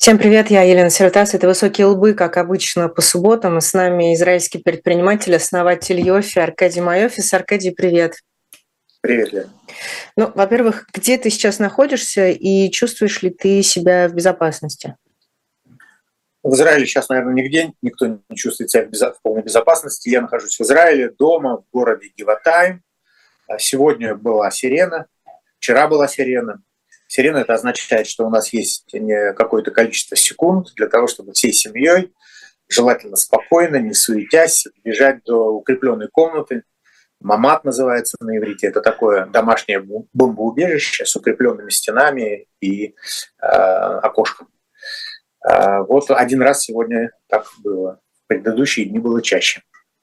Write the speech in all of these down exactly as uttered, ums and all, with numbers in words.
Всем привет, я Елена Сиротас. Это «Высокие лбы», как обычно, по субботам. И с нами израильский предприниматель, основатель Йофи Аркадий Майофис. Аркадий, привет. Привет, Лена. Ну, во-первых, где ты сейчас находишься и чувствуешь ли ты себя в безопасности? В Израиле сейчас, наверное, нигде никто не чувствует себя в, безо- в полной безопасности. Я нахожусь в Израиле, дома, в городе Гиватаим. Сегодня была сирена, вчера была сирена. Сирена — это означает, что у нас есть не какое-то количество секунд для того, чтобы всей семьей, желательно спокойно, не суетясь, бежать до укрепленной комнаты. Мамат называется на иврите. Это такое домашнее бомбоубежище с укрепленными стенами и э, окошком. Э, вот один раз сегодня так было. В предыдущие дни было чаще.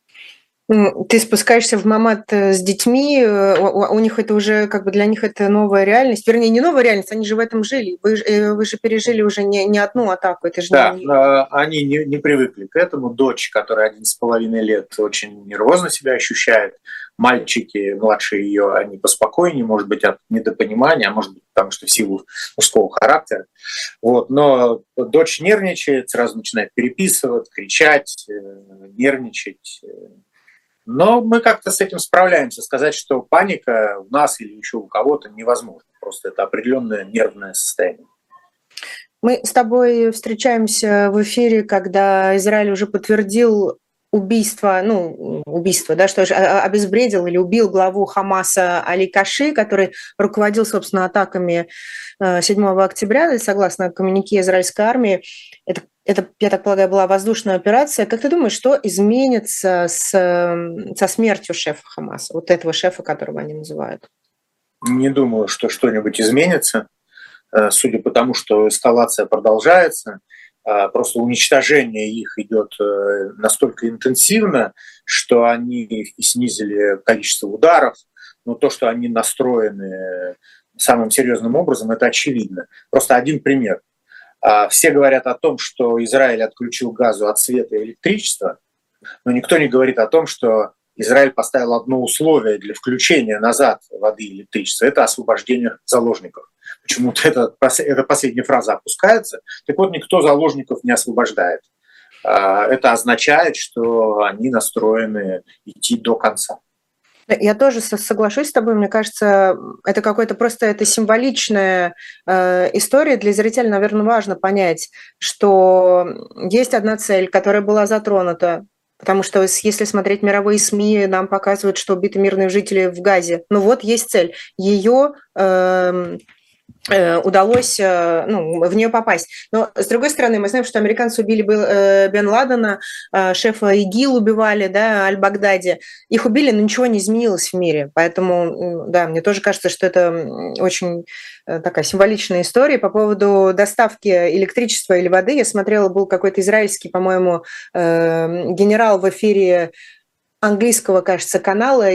Ты спускаешься в Мамат с детьми, у, у них это уже, как бы для них это новая реальность. Вернее, не новая реальность, они же в этом жили. Вы, вы же пережили уже не, не одну атаку. Это же да, не... они не, не привыкли к этому. Дочь, которая один с половиной лет, очень нервозно себя ощущает. Мальчики, младшие ее, они поспокойнее, может быть, от недопонимания, а может быть, потому что в силу мужского характера. Вот. Но дочь нервничает, сразу начинает переписывать, кричать, нервничать. Но мы как-то с этим справляемся. Сказать, что паника у нас или еще у кого-то невозможно. Просто это определенное нервное состояние. Мы с тобой встречаемся в эфире, когда Израиль уже подтвердил убийство, ну, убийство, да, что же, обезвредил или убил главу Хамаса Али Каши, который руководил, собственно, атаками седьмого октября, и согласно коммюнике израильской армии. Это, это, я так полагаю, была воздушная операция. Как ты думаешь, что изменится с, со смертью шефа Хамаса, вот этого шефа, которого они называют? Не думаю, что что-нибудь изменится, судя по тому, что эскалация продолжается. Просто уничтожение их идет настолько интенсивно, что они снизили количество ударов. Но то, что они настроены самым серьезным образом, это очевидно. Просто один пример. Все говорят о том, что Израиль отключил газу от света и электричества, но никто не говорит о том, что Израиль поставил одно условие для включения назад воды и электричества – это освобождение заложников. Почему-то эта, эта последняя фраза опускается. Так вот, никто заложников не освобождает. Это означает, что они настроены идти до конца. Я тоже соглашусь с тобой. Мне кажется, это какой-то просто это символичная э, история. Для зрителя, наверное, важно понять, что есть одна цель, которая была затронута. Потому что если смотреть мировые СМИ, нам показывают, что убиты мирные жители в Газе. Ну вот есть цель. Ее э, э, удалось э, ну, в нее попасть. Но с другой стороны, мы знаем, что американцы убили э, Бен Ладена, э, шефа ИГИЛ убивали, да, Аль-Багдади. Их убили, но ничего не изменилось в мире. Поэтому, да, мне тоже кажется, что это очень такая символичная история. По поводу доставки электричества или воды, я смотрела, был какой-то израильский, по-моему, генерал в эфире английского, кажется, канала,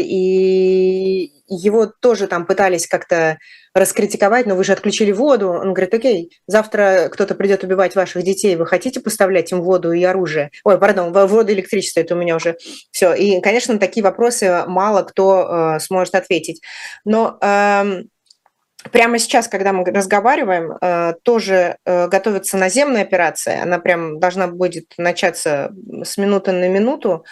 и его тоже там пытались как-то раскритиковать, но вы же отключили воду. Он говорит, окей, завтра кто-то придет убивать ваших детей, вы хотите поставлять им воду и оружие? Ой, пардон, воду и электричество, это у меня уже все. И, конечно, на такие вопросы мало кто э, сможет ответить. Но... Э, Прямо сейчас, когда мы разговариваем, тоже готовится наземная операция. Она прям должна будет начаться с минуты на минуту.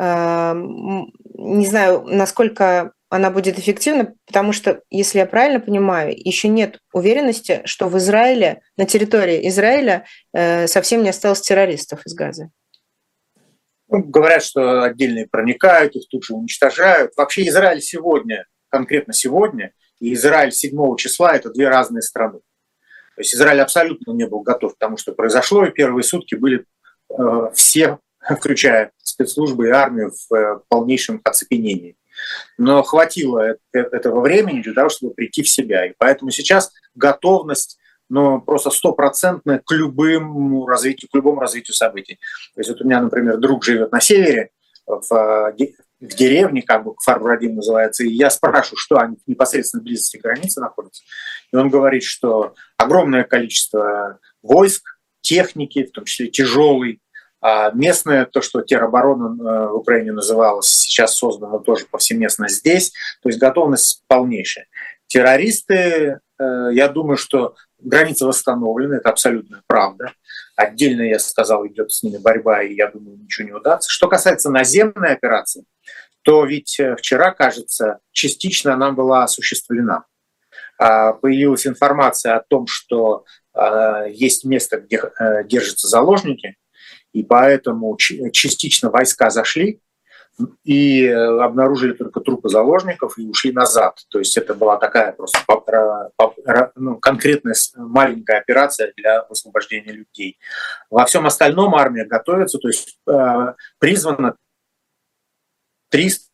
Не знаю, насколько она будет эффективна, потому что, если я правильно понимаю, еще нет уверенности, что в Израиле, на территории Израиля совсем не осталось террористов из Газы. Ну, говорят, что отдельные проникают, их тут же уничтожают. Вообще Израиль сегодня, конкретно сегодня, и Израиль седьмого числа – это две разные страны. То есть Израиль абсолютно не был готов к тому, что произошло, и первые сутки были э, все, включая спецслужбы и армию, в э, полнейшем оцепенении. Но хватило этого времени для того, чтобы прийти в себя. И поэтому сейчас готовность, ну, просто стопроцентная к любому развитию, к любому развитию событий. То есть вот у меня, например, друг живет на севере, в в деревне, как бы Кфар-Врадим называется, и я спрашиваю, что они в непосредственной близости границы находятся. И он говорит, что огромное количество войск, техники, в том числе тяжелой, а местное, то, что тероборона в Украине называлось, сейчас создано тоже повсеместно здесь, то есть готовность полнейшая. Террористы, я думаю, что граница восстановлена, это абсолютная правда. Отдельно, я сказал, идет с ними борьба, и я думаю, ничего не удастся. Что касается наземной операции, то ведь вчера, кажется, частично она была осуществлена. Появилась информация о том, что есть место, где держатся заложники, и поэтому частично войска зашли и обнаружили только трупы заложников и ушли назад. То есть это была такая просто ну, конкретная маленькая операция для освобождения людей. Во всем остальном армия готовится, то есть э, призвано триста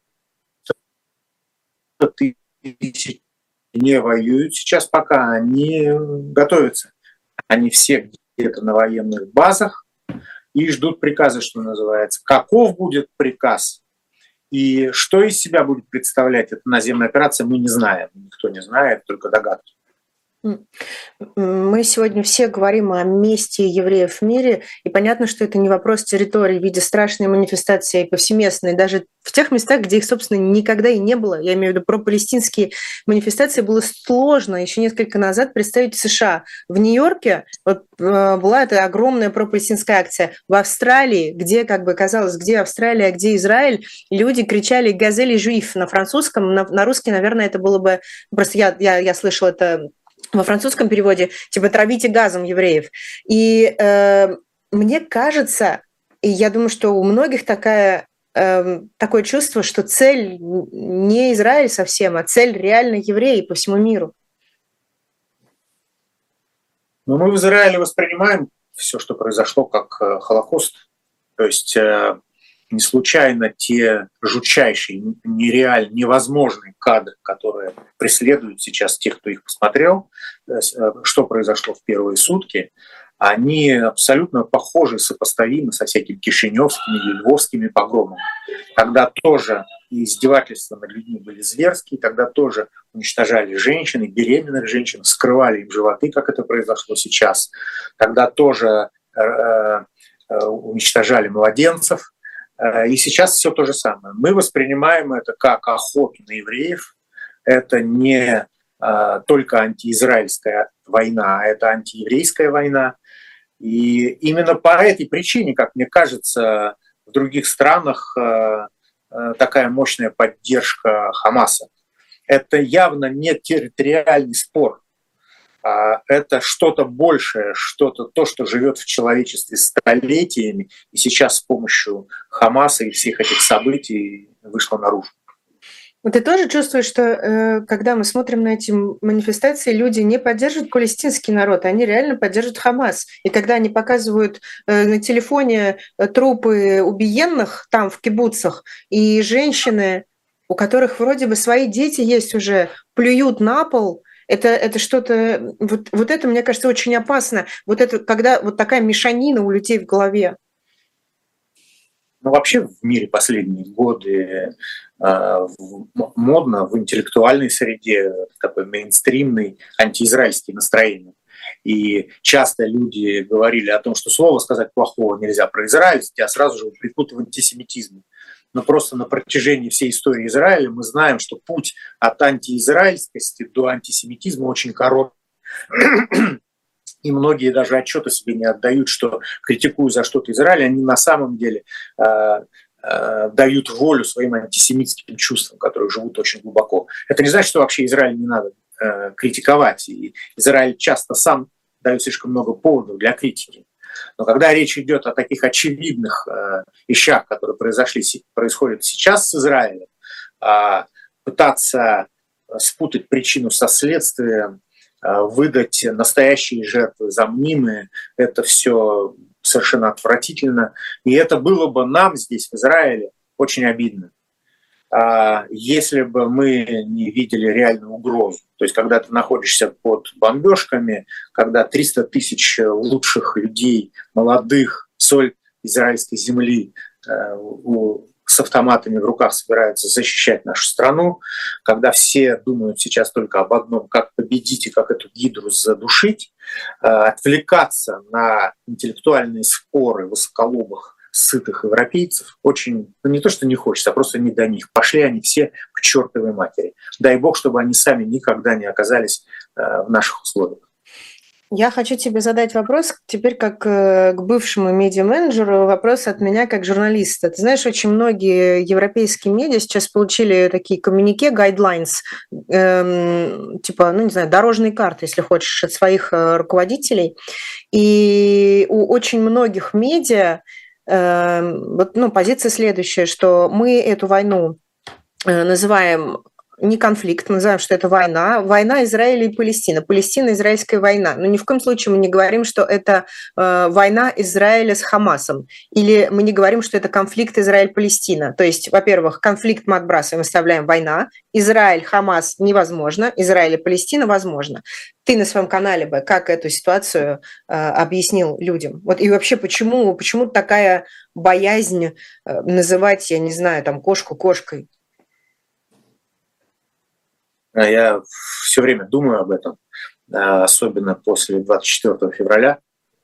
тысяч не воюют сейчас пока, они готовятся. Они все где-то на военных базах и ждут приказа, что называется. Каков будет приказ и что из себя будет представлять эта наземная операция, мы не знаем. Никто не знает, только догадки. Мы сегодня все говорим о месте евреев в мире, и понятно, что это не вопрос территории в виде страшной манифестации повсеместной. Даже в тех местах, где их, собственно, никогда и не было, я имею в виду пропалестинские манифестации, было сложно еще несколько назад представить в США. В Нью-Йорке вот, была эта огромная пропалестинская акция. В Австралии, где, как бы казалось, где Австралия, где Израиль, люди кричали «Газели жуиф» на французском, на, на русский, наверное, это было бы... Просто я, я, я слышала это... во французском переводе, типа «травите газом евреев». И э, мне кажется, и я думаю, что у многих такая, э, такое чувство, что цель не Израиль совсем, а цель реально евреи по всему миру. Но мы в Израиле воспринимаем все, что произошло, как Холокост. То есть э, не случайно те жутчайшие, нереально невозможные кадры, которые преследуют сейчас тех, кто их посмотрел, что произошло в первые сутки, они абсолютно похожи, сопоставимы со всякими кишиневскими или львовскими погромами. Тогда тоже издевательства над людьми были зверские, тогда тоже уничтожали женщин, беременных женщин, скрывали им животы, как это произошло сейчас. Тогда тоже э, э, уничтожали младенцев. И сейчас все то же самое. Мы воспринимаем это как охоту на евреев. Это не а, только антиизраильская война, а это антиеврейская война. И именно по этой причине, как мне кажется, в других странах а, а, такая мощная поддержка Хамаса. Это явно не территориальный спор. Это что-то большее, что-то то, что живет в человечестве столетиями, и сейчас с помощью Хамаса и всех этих событий вышло наружу. Ты тоже чувствуешь, что когда мы смотрим на эти манифестации, люди не поддерживают палестинский народ, они реально поддерживают Хамас. И когда они показывают на телефоне трупы убиенных там в кибуцах, и женщины, у которых вроде бы свои дети есть уже, плюют на пол, Это, это что-то... Вот, вот это, мне кажется, очень опасно. Вот это, когда вот такая мешанина у людей в голове. Ну, вообще в мире последние годы э, модно в интеллектуальной среде такой мейнстримный антиизраильский настроение. И часто люди говорили о том, что слово сказать плохого нельзя про Израиль, а сразу же упрекнут в антисемитизме. Но просто на протяжении всей истории Израиля мы знаем, что путь от антиизраильскости до антисемитизма очень короткий. И многие даже отчета себе не отдают, что критикуя за что-то Израиль, они на самом деле э, э, дают волю своим антисемитским чувствам, которые живут очень глубоко. Это не значит, что вообще Израиль не надо э, критиковать. И Израиль часто сам дает слишком много поводов для критики. Но когда речь идет о таких очевидных э, вещах, которые произошли, происходят сейчас с Израилем, э, пытаться спутать причину со следствием, э, выдать настоящие жертвы за мнимые, это все совершенно отвратительно. И это было бы нам здесь, в Израиле, очень обидно, э, если бы мы не видели реальную угрозу. То есть когда ты находишься под бомбежками, когда триста тысяч лучших людей, молодых, соль израильской земли э, у, с автоматами в руках собираются защищать нашу страну, когда все думают сейчас только об одном, как победить и как эту гидру задушить, э, отвлекаться на интеллектуальные споры высоколобых, сытых европейцев очень, ну не то что не хочется, а просто не до них. Пошли они все к чертовой матери. Дай бог, чтобы они сами никогда не оказались э, в наших условиях. Я хочу тебе задать вопрос, теперь как к бывшему медиа-менеджеру, вопрос от меня как журналиста. Ты знаешь, очень многие европейские медиа сейчас получили такие коммюнике, guidelines, эм, типа, ну не знаю, дорожные карты, если хочешь, от своих руководителей. И у очень многих медиа эм, вот, ну, позиция следующая, что мы эту войну называем не конфликт, мы называем, что это война. Война Израиля и Палестины. Палестино-израильская война. Но ни в коем случае мы не говорим, что это э, война Израиля с Хамасом. Или мы не говорим, что это конфликт Израиль-Палестина. То есть, во-первых, конфликт мы отбрасываем, оставляем война. Израиль-Хамас невозможно. Израиль и Палестина возможно. Ты на своем канале бы как эту ситуацию э, объяснил людям? Вот и вообще, почему, почему такая боязнь э, называть, я не знаю, там, кошку кошкой? Я все время думаю об этом, особенно после двадцать четвёртого февраля,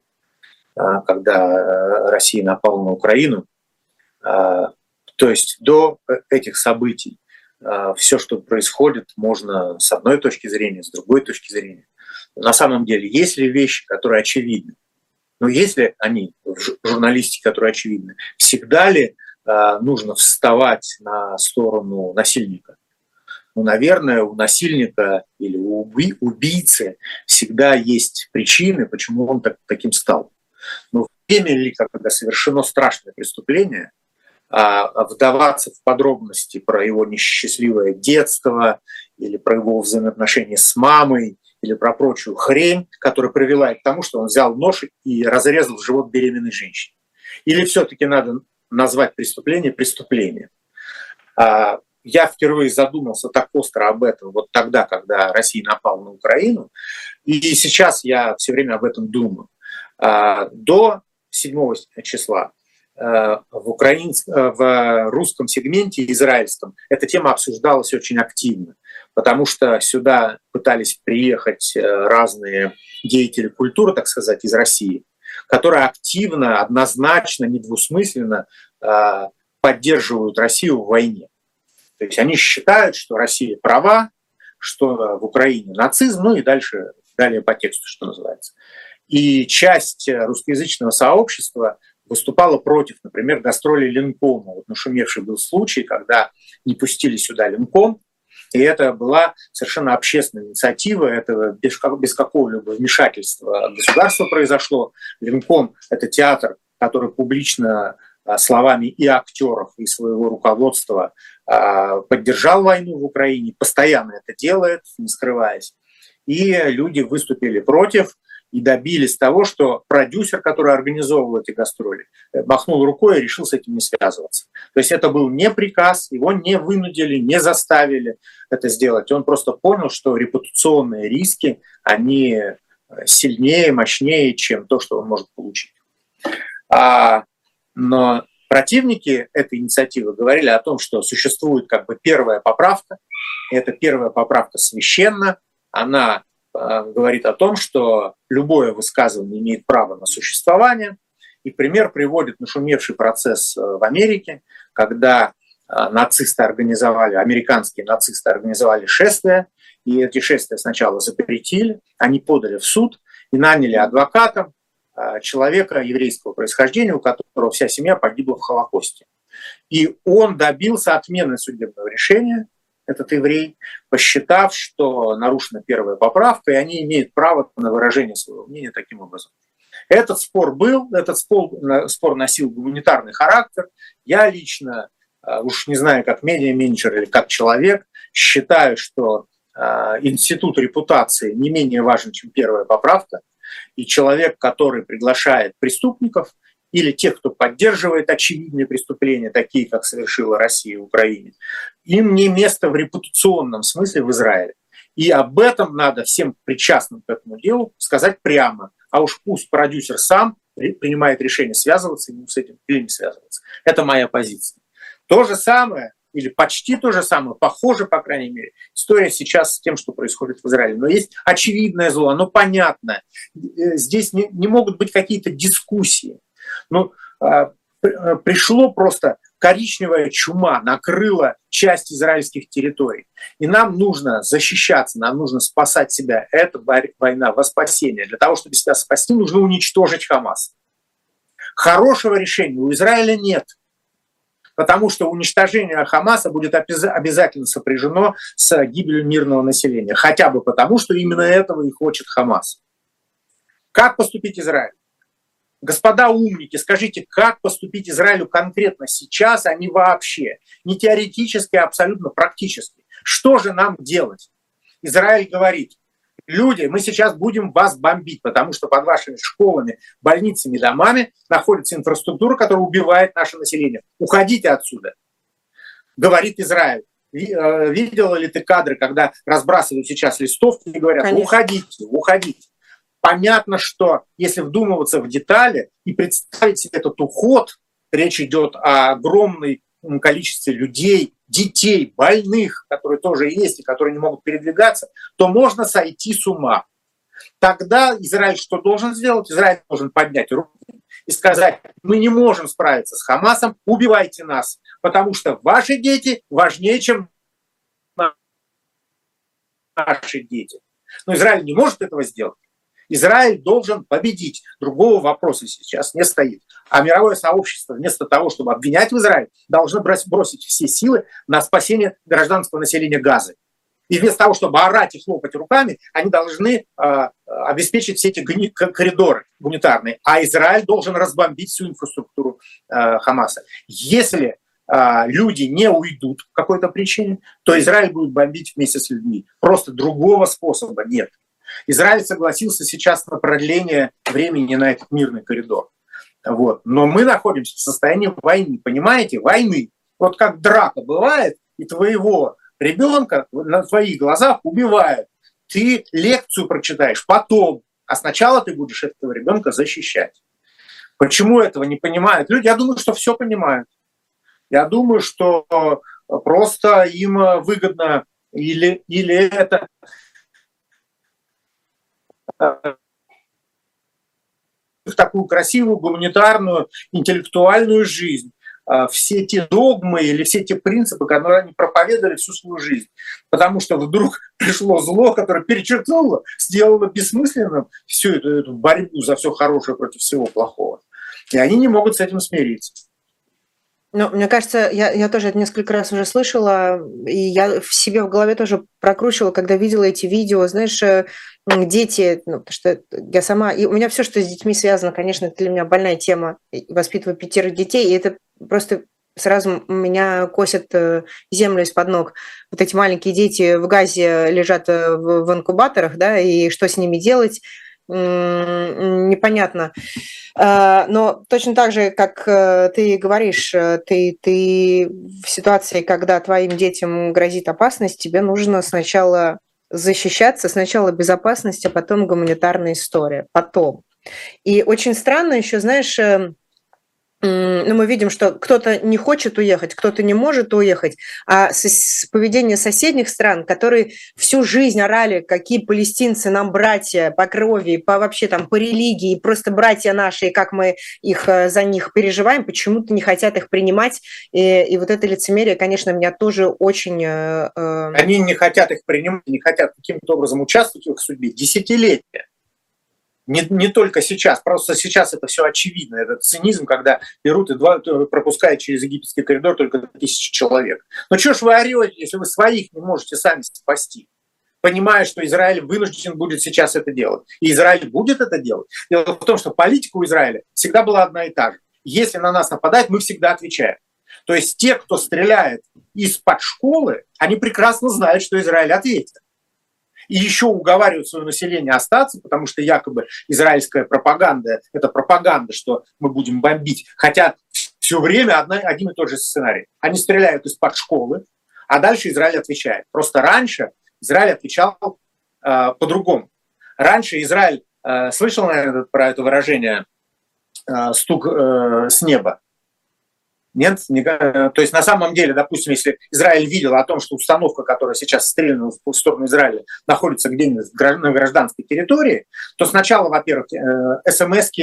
когда Россия напала на Украину. То есть до этих событий все, что происходит, можно с одной точки зрения, с другой точки зрения. На самом деле, есть ли вещи, которые очевидны? Но есть ли они в журналистике, которые очевидны? Всегда ли нужно вставать на сторону насильника? Ну, наверное, у насильника или у убийцы всегда есть причины, почему он так, таким стал. Но в время ли, когда совершено страшное преступление, а вдаваться в подробности про его несчастливое детство или про его взаимоотношения с мамой или про прочую хрень, которая привела к тому, что он взял нож и разрезал живот беременной женщине. Или все-таки надо назвать преступление преступлением. Я впервые задумался так остро об этом вот тогда, когда Россия напала на Украину, и сейчас я все время об этом думаю. До седьмого числа в, украинск... в русском сегменте, израильском, эта тема обсуждалась очень активно, потому что сюда пытались приехать разные деятели культуры, так сказать, из России, которые активно, однозначно, недвусмысленно поддерживают Россию в войне. То есть они считают, что Россия права, что в Украине нацизм, ну и дальше, далее по тексту, что называется. И часть русскоязычного сообщества выступала против, например, гастролей Ленкома. Вот нашумевший был случай, когда не пустили сюда Ленком, и это была совершенно общественная инициатива, это без, без какого-либо вмешательства государства произошло. Ленком — это театр, который публично словами и актеров, и своего руководства поддержал войну в Украине, постоянно это делает, не скрываясь. И люди выступили против и добились того, что продюсер, который организовывал эти гастроли, махнул рукой и решил с этим не связываться. То есть это был не приказ, его не вынудили, не заставили это сделать. Он просто понял, что репутационные риски, они сильнее, мощнее, чем то, что он может получить. Но противники этой инициативы говорили о том, что существует как бы первая поправка. И эта первая поправка священна. Она э, говорит о том, что любое высказывание имеет право на существование. И пример приводит нашумевший процесс в Америке, когда э, нацисты организовали, американские нацисты организовали шествия. И эти шествия сначала запретили, они подали в суд и наняли адвоката, человека еврейского происхождения, у которого вся семья погибла в Холокосте. И он добился отмены судебного решения, этот еврей, посчитав, что нарушена первая поправка, и они имеют право на выражение своего мнения таким образом. Этот спор был, этот спор, спор носил гуманитарный характер. Я лично, уж не знаю, как медиа-менеджер или как человек, считаю, что институт репутации не менее важен, чем первая поправка. И человек, который приглашает преступников или тех, кто поддерживает очевидные преступления, такие, как совершила Россия в Украине, им не место в репутационном смысле в Израиле. И об этом надо всем причастным к этому делу сказать прямо. А уж пусть продюсер сам принимает решение, связываться ему с этим или не связываться. Это моя позиция. То же самое, или почти то же самое, похоже, по крайней мере, история сейчас с тем, что происходит в Израиле. Но есть очевидное зло, оно понятно. Здесь не, не могут быть какие-то дискуссии. Ну, пришло просто коричневая чума накрыла часть израильских территорий. И нам нужно защищаться, нам нужно спасать себя. Это война во спасение. Для того, чтобы себя спасти, нужно уничтожить Хамас. Хорошего решения у Израиля нет. Потому что уничтожение Хамаса будет обязательно сопряжено с гибелью мирного населения. Хотя бы потому, что именно этого и хочет Хамас. Как поступить Израиль? Господа умники, скажите, как поступить Израилю конкретно сейчас, а не вообще? Не теоретически, а абсолютно практически. Что же нам делать? Израиль говорит: люди, мы сейчас будем вас бомбить, потому что под вашими школами, больницами, домами находится инфраструктура, которая убивает наше население. Уходите отсюда, говорит Израиль. Видела ли ты кадры, когда разбрасывают сейчас листовки и говорят: Конечно. уходите, уходите. Понятно, что если вдумываться в детали и представить себе этот уход, речь идет о огромном количестве людей, детей, больных, которые тоже есть и которые не могут передвигаться, то можно сойти с ума. Тогда Израиль что должен сделать? Израиль должен поднять руку и сказать: мы не можем справиться с Хамасом, убивайте нас, потому что ваши дети важнее, чем наши дети. Но Израиль не может этого сделать. Израиль должен победить. Другого вопроса сейчас не стоит. А мировое сообщество вместо того, чтобы обвинять в Израиле, должно бросить все силы на спасение гражданского населения Газы. И вместо того, чтобы орать и хлопать руками, они должны э, обеспечить все эти коридоры гуманитарные. А Израиль должен разбомбить всю инфраструктуру э, Хамаса. Если э, люди не уйдут по какой-то причине, то Израиль будет бомбить вместе с людьми. Просто другого способа нет. Израиль согласился сейчас на продление времени на этот мирный коридор. Вот. Но мы находимся в состоянии войны, понимаете, войны. Вот как драка бывает, и твоего ребенка на твоих глазах убивают. Ты лекцию прочитаешь потом, а сначала ты будешь этого ребенка защищать. Почему этого не понимают люди? Я думаю, что все понимают. Я думаю, что просто им выгодно или, или это... в такую красивую, гуманитарную, интеллектуальную жизнь. Все те догмы или все те принципы, которые они проповедовали всю свою жизнь. Потому что вдруг пришло зло, которое перечеркнуло, сделало бессмысленным всю эту, эту борьбу за все хорошее против всего плохого. И они не могут с этим смириться. Ну, мне кажется, я, я тоже это несколько раз уже слышала, и я в себе в голове тоже прокручивала, когда видела эти видео, знаешь, дети, ну, потому что я сама, и у меня все, что с детьми связано, конечно, это для меня больная тема, воспитываю пятерых детей, и это просто сразу меня косят землю из-под ног. Вот эти маленькие дети в Газе лежат в, в инкубаторах, да, и что с ними делать, непонятно. Но точно так же, как ты говоришь, ты, ты в ситуации, когда твоим детям грозит опасность, тебе нужно сначала защищаться, сначала безопасность, а потом гуманитарная история, потом. И очень странно еще, знаешь, ну, мы видим, что кто-то не хочет уехать, кто-то не может уехать, а с поведение соседних стран, которые всю жизнь орали, какие палестинцы нам братья по крови, по вообще там по религии, просто братья наши, и как мы их за них переживаем, почему-то не хотят их принимать, и, и вот это лицемерие, конечно, меня тоже очень... Э, э... Они не хотят их принимать, не хотят каким-то образом участвовать в их судьбе десятилетия. Не, не только сейчас, просто сейчас это все очевидно. Этот цинизм, когда берут и два, пропускают через египетский коридор только тысячи человек. Но что ж вы орете, если вы своих не можете сами спасти? Понимая, что Израиль вынужден будет сейчас это делать. И Израиль будет это делать. Дело в том, что политика у Израиля всегда была одна и та же. Если на нас нападают, мы всегда отвечаем. То есть те, кто стреляет из-под школы, они прекрасно знают, что Израиль ответит. И еще уговаривают свое население остаться, потому что якобы израильская пропаганда – это пропаганда, что мы будем бомбить. Хотя все время одна, один и тот же сценарий. Они стреляют из-под школы, а дальше Израиль отвечает. Просто раньше Израиль отвечал э, по-другому. Раньше Израиль, э, слышал, наверное, про это выражение э, «стук э, с неба»? Нет, не, то есть на самом деле, допустим, если Израиль видел о том, что установка, которая сейчас стреляна в сторону Израиля, находится где-нибудь на гражданской территории, то сначала, во-первых, смс-ки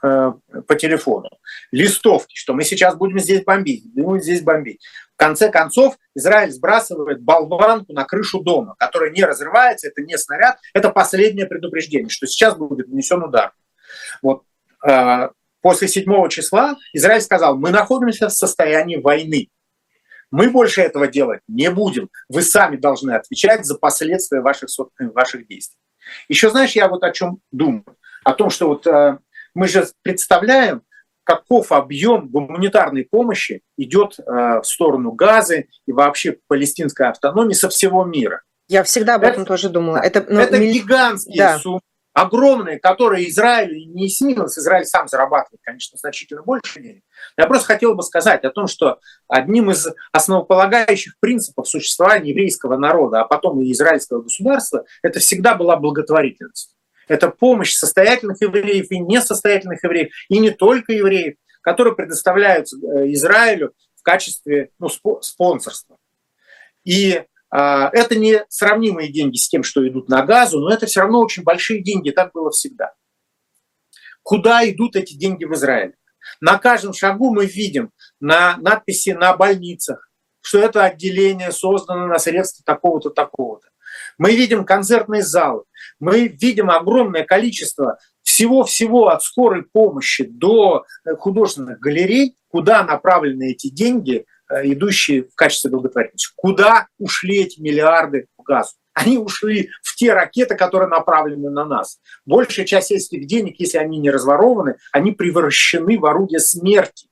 по телефону, листовки, что мы сейчас будем здесь бомбить, будем здесь бомбить. В конце концов, Израиль сбрасывает болванку на крышу дома, которая не разрывается, это не снаряд, это последнее предупреждение, что сейчас будет нанесен удар. Вот. После седьмого числа Израиль сказал, мы находимся в состоянии войны. Мы больше этого делать не будем. Вы сами должны отвечать за последствия ваших, ваших действий. Еще знаешь, я вот о чем думаю. О том, что вот э, мы же представляем, каков объем гуманитарной помощи идет э, в сторону Газы и вообще палестинской автономии со всего мира. Я всегда об этом это, тоже думала. Это, ну, это миль... гигантские да. суммы. Огромные, которые Израилю не снилось. Израиль сам зарабатывает, конечно, значительно больше денег. Я просто хотел бы сказать о том, что одним из основополагающих принципов существования еврейского народа, а потом и израильского государства, это всегда была благотворительность. Это помощь состоятельных евреев и несостоятельных евреев, и не только евреев, которые предоставляются Израилю в качестве ну, спонсорства. И это не сравнимые деньги с тем, что идут на Газу, но это все равно очень большие деньги, так было всегда. Куда идут эти деньги в Израиле? На каждом шагу мы видим на надписи на больницах, что это отделение создано на средства такого-то, такого-то. Мы видим концертные залы, мы видим огромное количество всего-всего от скорой помощи до художественных галерей, куда направлены эти деньги, идущие в качестве благотворительности. Куда ушли эти миллиарды в Газу? Они ушли в те ракеты, которые направлены на нас. Большая часть этих денег, если они не разворованы, они превращены в орудие смерти.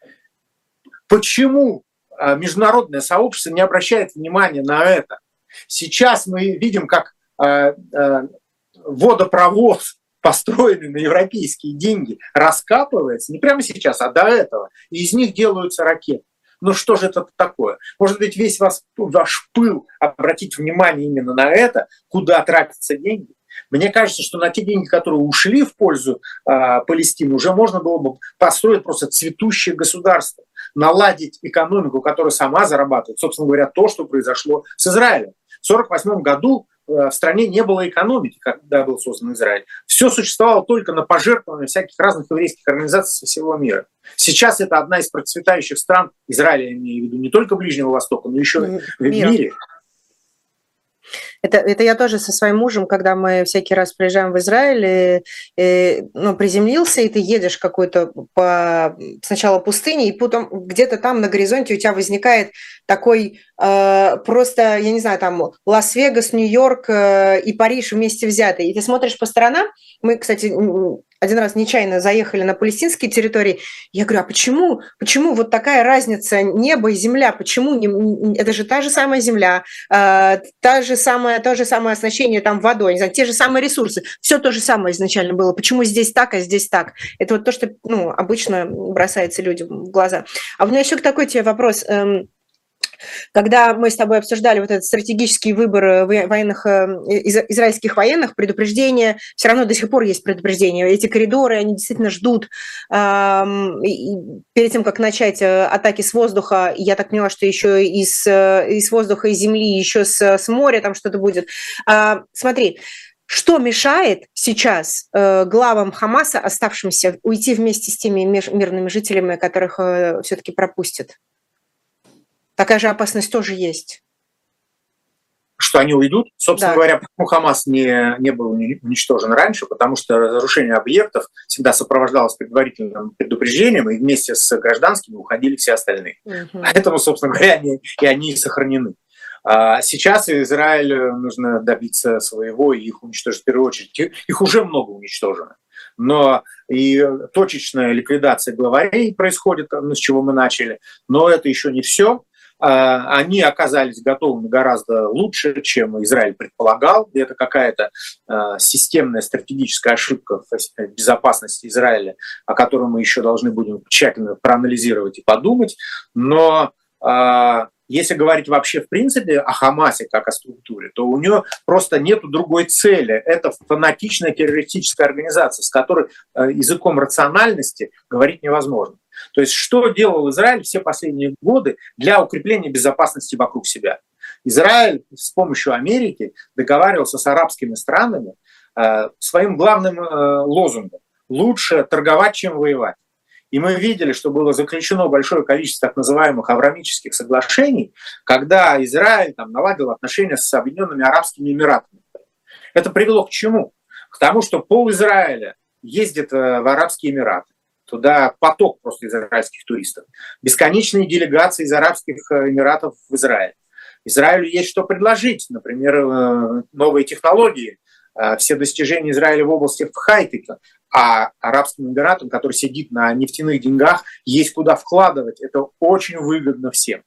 Почему международное сообщество не обращает внимания на это? Сейчас мы видим, как водопровод, построенный на европейские деньги, раскапывается, не прямо сейчас, а до этого, и из них делаются ракеты. Ну что же это такое? Может быть, весь ваш, ваш пыл обратить внимание именно на это, куда тратятся деньги? Мне кажется, что на те деньги, которые ушли в пользу э, Палестины, уже можно было бы построить просто цветущее государство, наладить экономику, которая сама зарабатывает, собственно говоря, то, что произошло с Израилем. В сорок восьмом году в стране не было экономики, когда был создан Израиль. Все существовало только на пожертвования всяких разных еврейских организаций со всего мира. Сейчас это одна из процветающих стран, Израиля, я имею в виду, не только Ближнего Востока, но еще и в мире. Это, это я тоже со своим мужем, когда мы всякий раз приезжаем в Израиль, и, и, ну, приземлился, и ты едешь какую-то по сначала пустыне, и потом где-то там на горизонте у тебя возникает такой э, просто, я не знаю, там Лас-Вегас, Нью-Йорк э, и Париж вместе взятые. И ты смотришь по сторонам. Мы, кстати, один раз нечаянно заехали на палестинские территории. Я говорю, а почему, почему вот такая разница небо и земля? Почему не, это же та же самая земля, э, та же самая, то же самое оснащение там водой, не знаю, те же самые ресурсы. Все то же самое изначально было. Почему здесь так, а здесь так? Это вот то, что ну, обычно бросается людям в глаза. А у меня еще такой тебе вопрос. Когда мы с тобой обсуждали вот этот стратегический выбор военных, израильских военных, предупреждения, все равно до сих пор есть предупреждения. Эти коридоры, они действительно ждут. И перед тем, как начать атаки с воздуха, я так поняла, что еще и с, и с воздуха, и с земли, еще с, с моря там что-то будет. Смотри, что мешает сейчас э, главам Хамаса, оставшимся, уйти вместе с теми мирными жителями, которых э, все-таки пропустят? Такая же опасность тоже есть. Что они уйдут? Собственно да. говоря, почему Хамас не, не был уничтожен раньше? Потому что разрушение объектов всегда сопровождалось предварительным предупреждением, и вместе с гражданскими уходили все остальные. Угу. Поэтому, собственно говоря, они, и они сохранены. А сейчас Израилю нужно добиться своего и их уничтожить в первую очередь. Их уже много уничтожено. Но и точечная ликвидация главарей происходит, с чего мы начали. Но это еще не все. Они оказались готовыми гораздо лучше, чем Израиль предполагал. И это какая-то системная стратегическая ошибка в безопасности Израиля, о которой мы еще должны будем тщательно проанализировать и подумать. Но если говорить вообще в принципе о Хамасе как о структуре, то у нее просто нет другой цели. Это фанатичная террористическая организация, с которой языком рациональности говорить невозможно. То есть что делал Израиль все последние годы для укрепления безопасности вокруг себя? Израиль с помощью Америки договаривался с арабскими странами своим главным лозунгом: лучше торговать, чем воевать. И мы видели, что было заключено большое количество так называемых авраамических соглашений, когда Израиль там наладил отношения с Объединенными Арабскими Эмиратами. Это привело к чему? К тому, что пол Израиля ездит в Арабские Эмираты. Туда поток просто израильских туристов. Бесконечные делегации из Арабских Эмиратов в Израиль. Израилю есть что предложить. Например, новые технологии, все достижения Израиля в области хай-тека. А Арабским Эмиратам, который сидит на нефтяных деньгах, есть куда вкладывать. Это очень выгодно всем.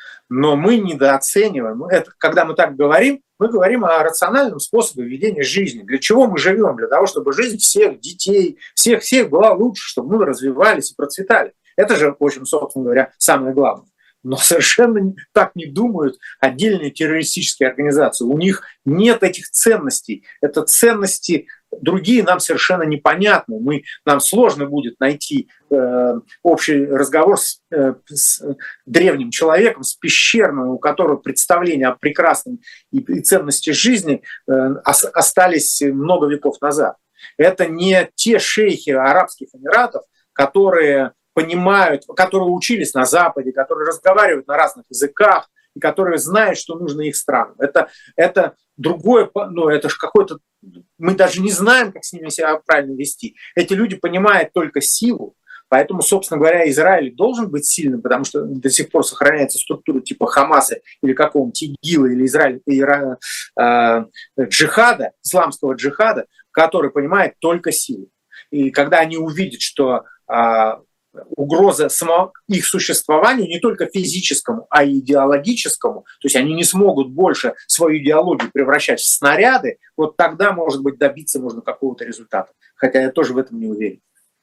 Но мы недооцениваем. Это, когда мы так говорим, мы говорим о рациональном способе ведения жизни. Для чего мы живем? Для того, чтобы жизнь всех детей, всех, всех была лучше, чтобы мы развивались и процветали. Это же, в общем, собственно говоря, самое главное. Но совершенно так не думают отдельные террористические организации. У них нет этих ценностей. Это ценности другие нам совершенно непонятны. Мы, нам сложно будет найти э, общий разговор с, э, с древним человеком, с пещерным, у которого представления о прекрасном и, и ценности жизни э, ос, остались много веков назад. Это не те шейхи Арабских Эмиратов, которые понимают, которые учились на Западе, которые разговаривают на разных языках, и которые знают, что нужно их странам. Это, это другое, ну, это же какой-то... Мы даже не знаем, как с ними себя правильно вести. Эти люди понимают только силу, поэтому, собственно говоря, Израиль должен быть сильным, потому что до сих пор сохраняется структура типа Хамаса или какого-нибудь ИГИЛа или Израиль, Ира, э, джихада, исламского джихада, который понимает только силу. И когда они увидят, что э, угроза самого их существованию не только физическому, а и идеологическому, то есть они не смогут больше свою идеологию превращать в снаряды, вот тогда, может быть, добиться можно какого-то результата. Хотя я тоже в этом не уверен.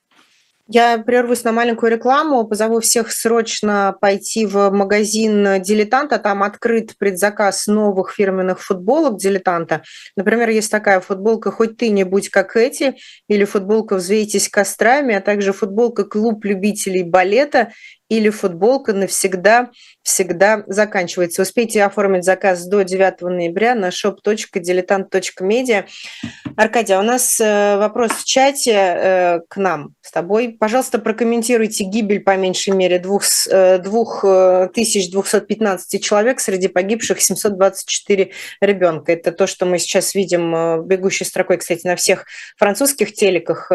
Я прервусь на маленькую рекламу, позову всех срочно пойти в магазин «Дилетанта». Там открыт предзаказ новых фирменных футболок «Дилетанта». Например, есть такая футболка «Хоть ты не будь как эти» или футболка «Взвейтесь кострами», а также футболка «Клуб любителей балета» или футболка «Навсегда всегда заканчивается». Успейте оформить заказ до девятого ноября на shop точка diletant точка media. Аркадий, у нас вопрос в чате к нам с тобой. Пожалуйста, прокомментируйте гибель по меньшей мере две тысячи двести пятнадцать человек, среди погибших семьсот двадцать четыре ребенка. Это то, что мы сейчас видим бегущей строкой, кстати, на всех французских телеках.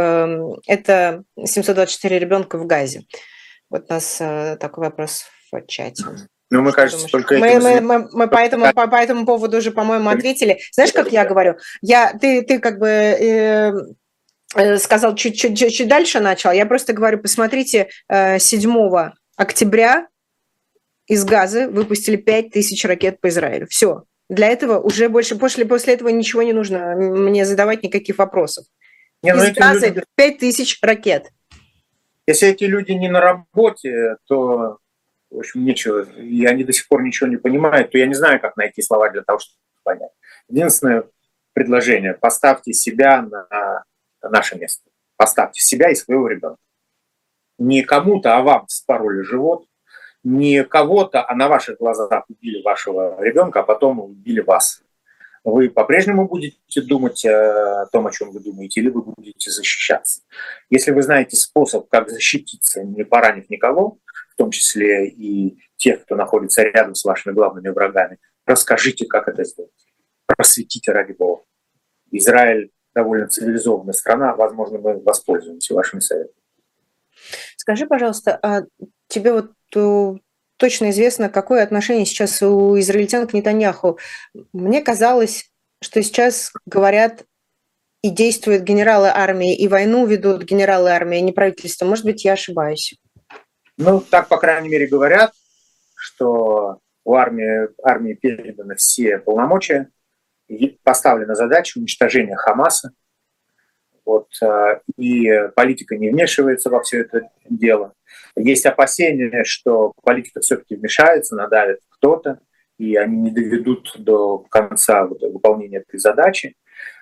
Это семьсот двадцать четыре ребенка в Газе. Вот у нас э, такой вопрос в чате. Ну, мы, кажется, только мы, мы, мы, мы по, этому, по, по этому поводу уже, по-моему, ответили. Знаешь, как я говорю? Я, ты, ты как бы э, э, сказал, чуть-чуть чуть дальше начал. Я просто говорю, посмотрите, э, седьмого октября из Газы выпустили пять тысяч ракет по Израилю. Все. Для этого уже больше, после, после этого ничего не нужно мне задавать никаких вопросов. Не, из Газы люди... пять тысяч ракет. Если эти люди не на работе, то, в общем, нечего, и они до сих пор ничего не понимают, то я не знаю, как найти слова для того, чтобы понять. Единственное предложение – поставьте себя на наше место. Поставьте себя и своего ребенка. Не кому-то, а вам вспороли живот, не кого-то, а на ваших глазах убили вашего ребенка, а потом убили вас. Вы по-прежнему будете думать о том, о чем вы думаете, или вы будете защищаться. Если вы знаете способ, как защититься, не поранив никого, в том числе и тех, кто находится рядом с вашими главными врагами, расскажите, как это сделать. Просветите ради Бога. Израиль довольно цивилизованная страна, возможно, мы воспользуемся вашими советами. Скажи, пожалуйста, а тебе вот точно известно, какое отношение сейчас у израильтян к Нетаньяху? Мне казалось, что сейчас говорят и действуют генералы армии, и войну ведут генералы армии, а не правительство. Может быть, я ошибаюсь? Ну, так, по крайней мере, говорят, что у армии, армии переданы все полномочия, и поставлена задача уничтожения Хамаса. Вот, и политика не вмешивается во все это дело. Есть опасения, что политика все-таки вмешается, надавит кто-то, и они не доведут до конца выполнения этой задачи.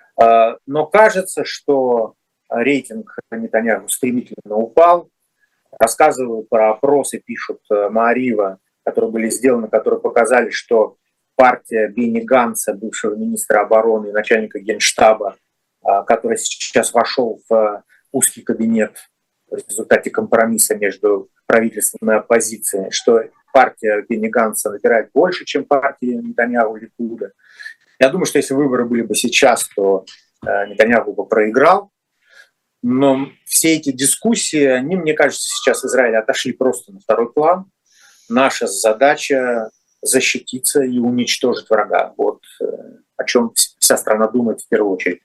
Но кажется, что рейтинг Нетаньяху стремительно упал. Рассказывают про опросы, пишут Маарива, которые были сделаны, которые показали, что партия Бенни Ганца, бывшего министра обороны и начальника генштаба, который сейчас вошел в узкий кабинет в результате компромисса между правительством и оппозицией, что партия Бенни Ганца набирает больше, чем партия Нетаньяху Ликуда. Я думаю, что если выборы были бы сейчас, то Нетаньяху бы проиграл. Но все эти дискуссии, они, мне кажется, сейчас Израиль отошли просто на второй план. Наша задача защититься и уничтожить врага. Вот о чем вся страна думает в первую очередь.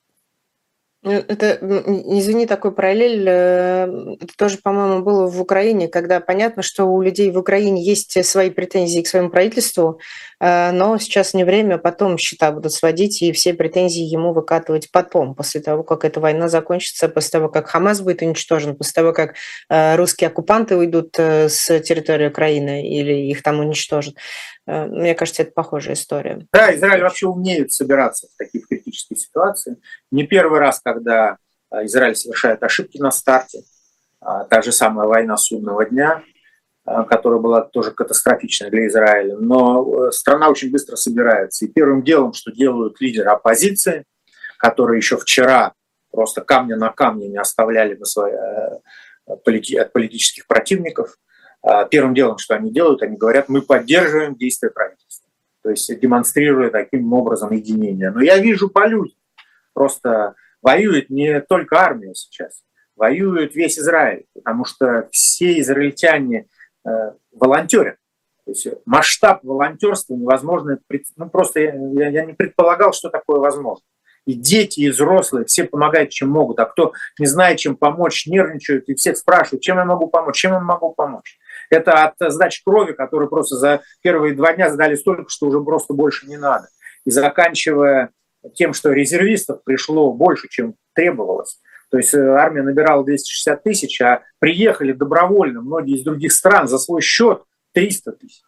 Это, извини, такой параллель, это тоже, по-моему, было в Украине, когда понятно, что у людей в Украине есть свои претензии к своему правительству, но сейчас не время, потом счета будут сводить и все претензии ему выкатывать потом, после того, как эта война закончится, после того, как Хамас будет уничтожен, после того, как русские оккупанты уйдут с территории Украины или их там уничтожат. Мне кажется, это похожая история. Да, Израиль вообще умеет собираться в таких критических ситуациях. Не первый раз, когда Израиль совершает ошибки на старте, та же самая война судного дня, которая была тоже катастрофичной для Израиля, но страна очень быстро собирается. И первым делом, что делают лидеры оппозиции, которые еще вчера просто камня на камне не оставляли на свои, от политических противников, первым делом, что они делают, они говорят, мы поддерживаем действия правительства. То есть демонстрируя таким образом единение. Но я вижу по людям. Просто воюет не только армия сейчас, воюет весь Израиль, потому что все израильтяне э, волонтерят. То есть масштаб волонтерства невозможно, ну просто я, я не предполагал, что такое возможно. И дети, и взрослые, все помогают, чем могут. А кто не знает, чем помочь, нервничают, и всех спрашивают, чем я могу помочь, чем я могу помочь. Это от сдачи крови, которую просто за первые два дня сдали столько, что уже просто больше не надо. И заканчивая тем, что резервистов пришло больше, чем требовалось. То есть армия набирала двести шестьдесят тысяч, а приехали добровольно многие из других стран за свой счет триста тысяч.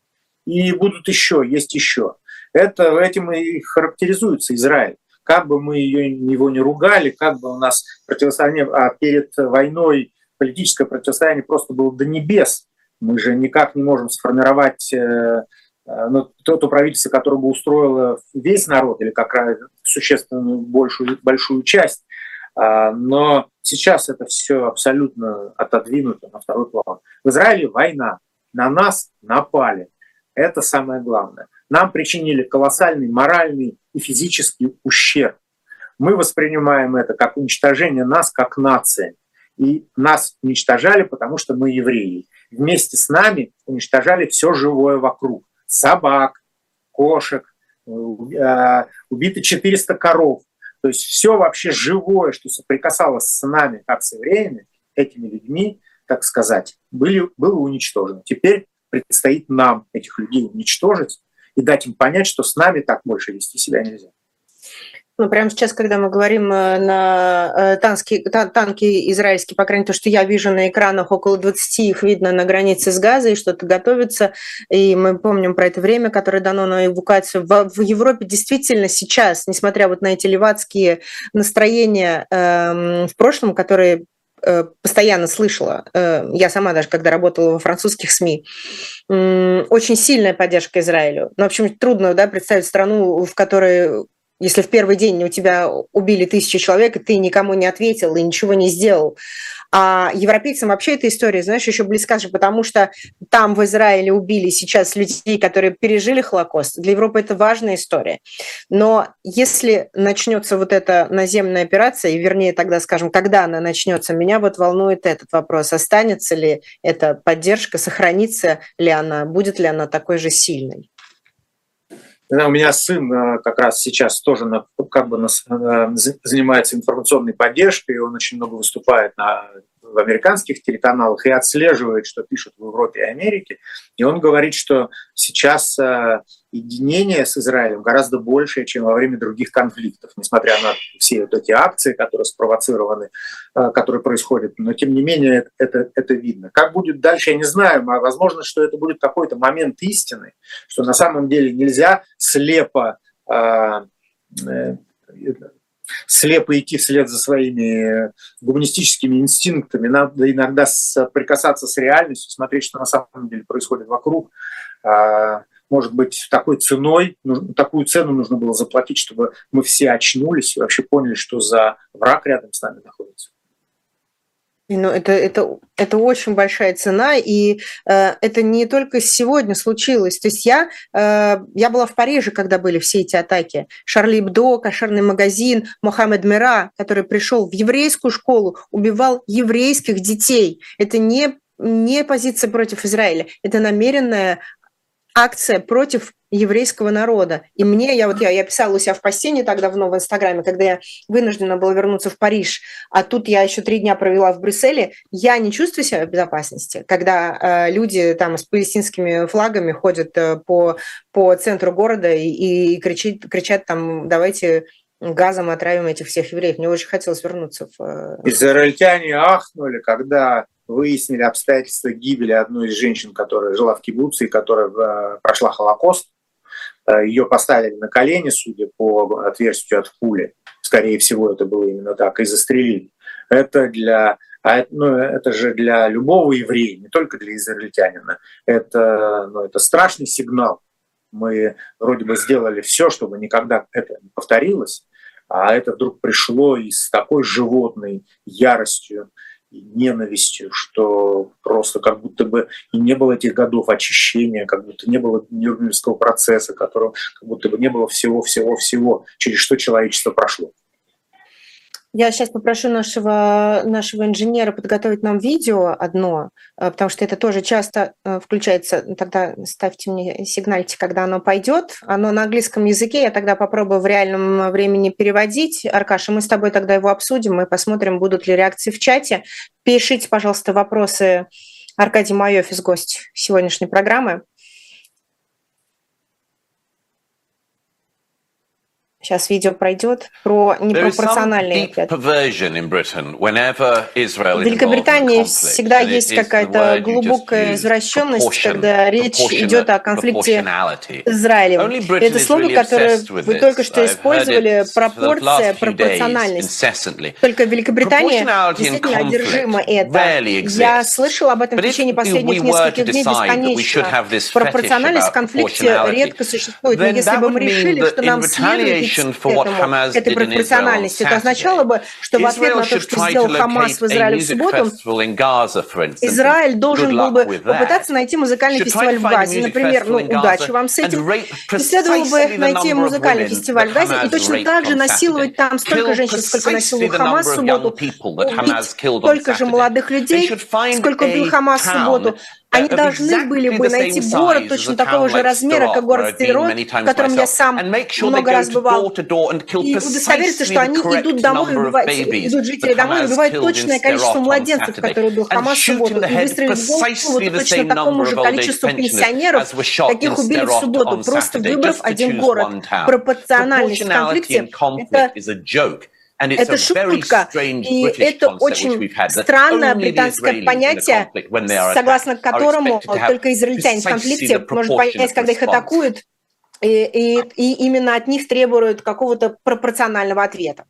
И будут еще, есть еще. Это, этим и характеризуется Израиль. Как бы мы ее, его не ругали, как бы у нас противостояние, а перед войной политическое противостояние просто было до небес. Мы же никак не можем сформировать э, ну, то, то правительство, которое бы устроило весь народ или как раз существенную большую, большую часть. А, но сейчас это все абсолютно отодвинуто на второй план. В Израиле война. На нас напали. Это самое главное. Нам причинили колоссальный моральный и физический ущерб. Мы воспринимаем это как уничтожение нас, как нации. И нас уничтожали, потому что мы евреи. Вместе с нами уничтожали все живое вокруг. Собак, кошек, убиты четыреста коров. То есть все вообще живое, что соприкасалось с нами, как с евреями, этими людьми, так сказать, были, было уничтожено. Теперь предстоит нам этих людей уничтожить и дать им понять, что с нами так больше вести себя нельзя. Ну, прямо сейчас, когда мы говорим на танки, танки израильские, по крайней мере, то, что я вижу на экранах, около двадцати их видно на границе с Газой, что-то готовится, и мы помним про это время, которое дано на эвакуацию. В, в Европе действительно сейчас, несмотря вот на эти левацкие настроения э, в прошлом, которые э, постоянно слышала, э, я сама даже, когда работала во французских СМИ, э, очень сильная поддержка Израилю. Ну, в общем, трудно, да, представить страну, в которой... Если в первый день у тебя убили тысячу человек, и ты никому не ответил и ничего не сделал. А европейцам вообще эта история, знаешь, еще близка же, потому что там в Израиле убили сейчас людей, которые пережили Холокост. Для Европы это важная история. Но если начнется вот эта наземная операция, и вернее тогда, скажем, когда она начнется, меня вот волнует этот вопрос. Останется ли эта поддержка, сохранится ли она, будет ли она такой же сильной? У меня сын как раз сейчас тоже на, как бы на, занимается информационной поддержкой, он очень много выступает на, в американских телеканалах и отслеживает, что пишут в Европе и Америке. И он говорит, что сейчас единение с Израилем гораздо больше, чем во время других конфликтов, несмотря на все вот эти акции, которые спровоцированы, которые происходят. Но тем не менее это, это видно. Как будет дальше, я не знаю. Возможно, что это будет какой-то момент истины, что на самом деле нельзя слепо, э, э, слепо идти вслед за своими гуманистическими инстинктами. Надо иногда соприкасаться с реальностью, смотреть, что на самом деле происходит вокруг. Э, Может быть, такой ценой, такую цену нужно было заплатить, чтобы мы все очнулись и вообще поняли, что за враг рядом с нами находится. Ну, это, это, это очень большая цена, и э, это не только сегодня случилось. То есть я, э, я была в Париже, когда были все эти атаки. Шарли Эбдо, кошерный магазин, Мохаммед Мира, который пришел в еврейскую школу, убивал еврейских детей. Это не, не позиция против Израиля, это намеренная акция против еврейского народа. И мне, я вот я, я писала у себя в посте не так давно в Инстаграме, когда я вынуждена была вернуться в Париж, а тут я еще три дня провела в Брюсселе, я не чувствую себя в безопасности, когда э, люди там с палестинскими флагами ходят э, по, по центру города и, и кричат, кричат там «давайте газом отравим этих всех евреев». Мне очень хотелось вернуться в... Израильтяне ахнули, когда выяснили обстоятельства гибели одной из женщин, которая жила в кибуце и которая прошла Холокост. Ее поставили на колени, судя по отверстию от пули. Скорее всего, это было именно так, и застрелили. Это, для, ну, это же для любого еврея, не только для израильтянина. Это, ну, это страшный сигнал. Мы вроде бы сделали все, чтобы никогда это не повторилось, а это вдруг пришло и с такой животной яростью и ненавистью, что просто как будто бы и не было этих годов очищения, как будто не было Нюрнбергского процесса, которого как будто бы не было всего-всего-всего, через что человечество прошло. Я сейчас попрошу нашего, нашего инженера подготовить нам видео одно, потому что это тоже часто включается. Тогда ставьте мне сигнальте, когда оно пойдет. Оно на английском языке, я тогда попробую в реальном времени переводить. Аркаша, мы с тобой тогда его обсудим и посмотрим, будут ли реакции в чате. Пишите, пожалуйста, вопросы. Аркадий Маёфис, гость сегодняшней программы. Сейчас видео пройдет про непропорциональный ответ. В Великобритании всегда есть какая-то глубокая извращенность, когда речь идет о конфликте с Израилем. Это слово, которое вы только что использовали, пропорция, пропорциональность. Только Великобритания действительно одержима это. Я слышала об этом в течение последних нескольких дней бесконечно. Пропорциональность в конфликте редко существует. Но если бы мы решили, что нам следует к этому, к этой пропорциональности, это означало бы, что в ответ на то, что сделал Хамас в Израиле в субботу, Израиль должен был бы попытаться найти музыкальный фестиваль в Газе. Например, ну, удачи вам с этим. И следовало бы найти музыкальный фестиваль в Газе и точно так же насиловать там столько женщин, сколько насиловал Хамас в субботу, убить столько же молодых людей, сколько убил Хамас в субботу. Они должны были бы найти город точно такого же размера, как город Сдерот, в котором я сам много раз бывал, и удостовериться, что они идут домой, убивают, идут жители домой и убивают точное количество младенцев, которые убил Хамас в субботу, и выстрелить в голову точно такому же количеству пенсионеров, каких убили в субботу, просто выбрав один город. Пропорциональность в конфликте – это... Это шутка, и это очень странное британское понятие, согласно которому только израильтяне в конфликте может понять, когда их атакуют, и, и, и именно от них требуют какого-то пропорционального ответа.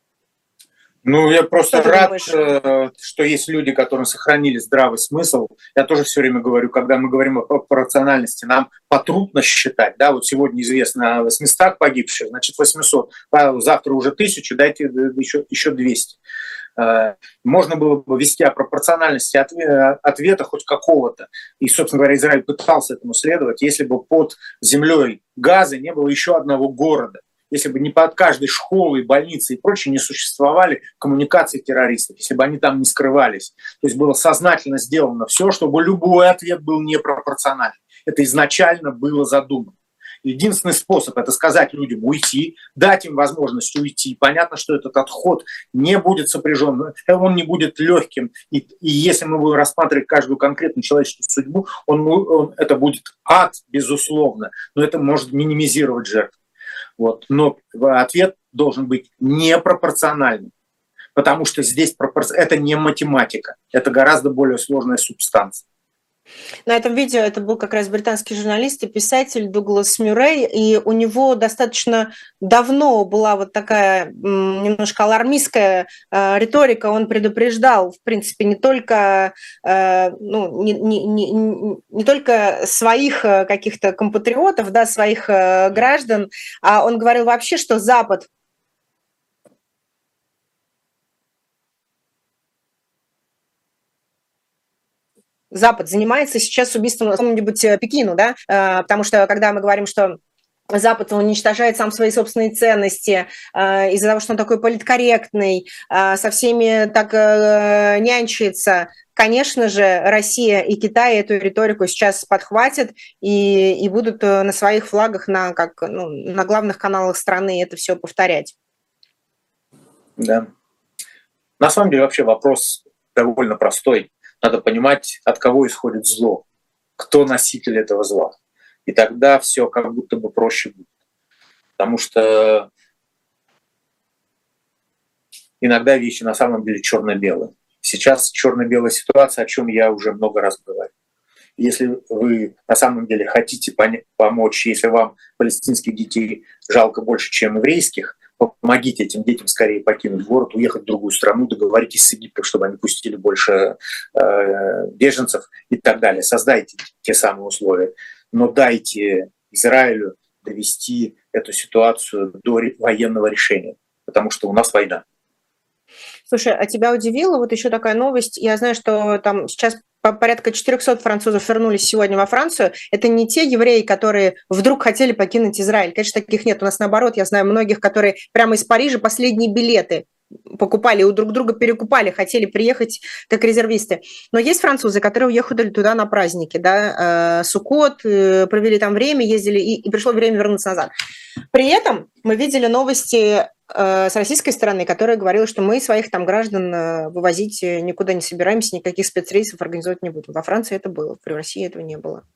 Ну, я просто что рад, что есть люди, которые сохранили здравый смысл. Я тоже все время говорю, когда мы говорим о пропорциональности, нам потрудно считать. Да, вот сегодня известно о восьмистах погибших, значит восемьсот, завтра уже тысячу, дайте еще, еще двести. Можно было бы вести о пропорциональности ответа хоть какого-то. И, собственно говоря, Израиль пытался этому следовать, если бы под землей Газы не было еще одного города. Если бы не под каждой школой, больницей и прочее не существовали коммуникации террористов, если бы они там не скрывались. То есть было сознательно сделано все, чтобы любой ответ был непропорциональный. Это изначально было задумано. Единственный способ – это сказать людям уйти, дать им возможность уйти. Понятно, что этот отход не будет сопряжен, он не будет легким. И, и если мы будем рассматривать каждую конкретную человеческую судьбу, он, он, это будет ад, безусловно, но это может минимизировать жертвы. Вот. Но ответ должен быть непропорциональным, потому что здесь пропор... это не математика, это гораздо более сложная субстанция. На этом видео это был как раз британский журналист и писатель Дуглас Мюррей, и у него достаточно давно была вот такая немножко алармистская э, риторика. Он предупреждал, в принципе, не только, э, ну, не, не, не, не только своих каких-то компатриотов, да, своих э, граждан, а он говорил вообще, что Запад Запад занимается сейчас убийством какому-нибудь Пекину, да, потому что когда мы говорим, что Запад уничтожает сам свои собственные ценности э, из-за того, что он такой политкорректный, э, со всеми так э, нянчится. Конечно же, Россия и Китай эту риторику сейчас подхватят и, и будут на своих флагах, на, как, ну, на главных каналах страны это все повторять. Да. На самом деле вообще вопрос довольно простой. Надо понимать, от кого исходит зло, кто носитель этого зла. И тогда все как будто бы проще будет. Потому что иногда вещи на самом деле черно-белые. Сейчас черно-белая ситуация, о чем я уже много раз говорил. Если вы на самом деле хотите помочь, если вам палестинских детей жалко больше, чем еврейских, помогите этим детям скорее покинуть город, уехать в другую страну, договоритесь с Египтом, чтобы они пустили больше э, беженцев и так далее. Создайте те самые условия. Но дайте Израилю довести эту ситуацию до военного решения, потому что у нас война. Слушай, а тебя удивила вот еще такая новость? Я знаю, что там сейчас порядка четыреста французов вернулись сегодня во Францию. Это не те евреи, которые вдруг хотели покинуть Израиль. Конечно, таких нет. У нас наоборот, я знаю многих, которые прямо из Парижа последние билеты покупали, у друг друга перекупали, хотели приехать как резервисты. Но есть французы, которые уехали туда на праздники, да, Суккот, провели там время, ездили, и, и пришло время вернуться назад. При этом мы видели новости с российской стороны, которая говорила, что мы своих там граждан вывозить никуда не собираемся, никаких спецрейсов организовать не будем. Во Франции это было, в России этого не было.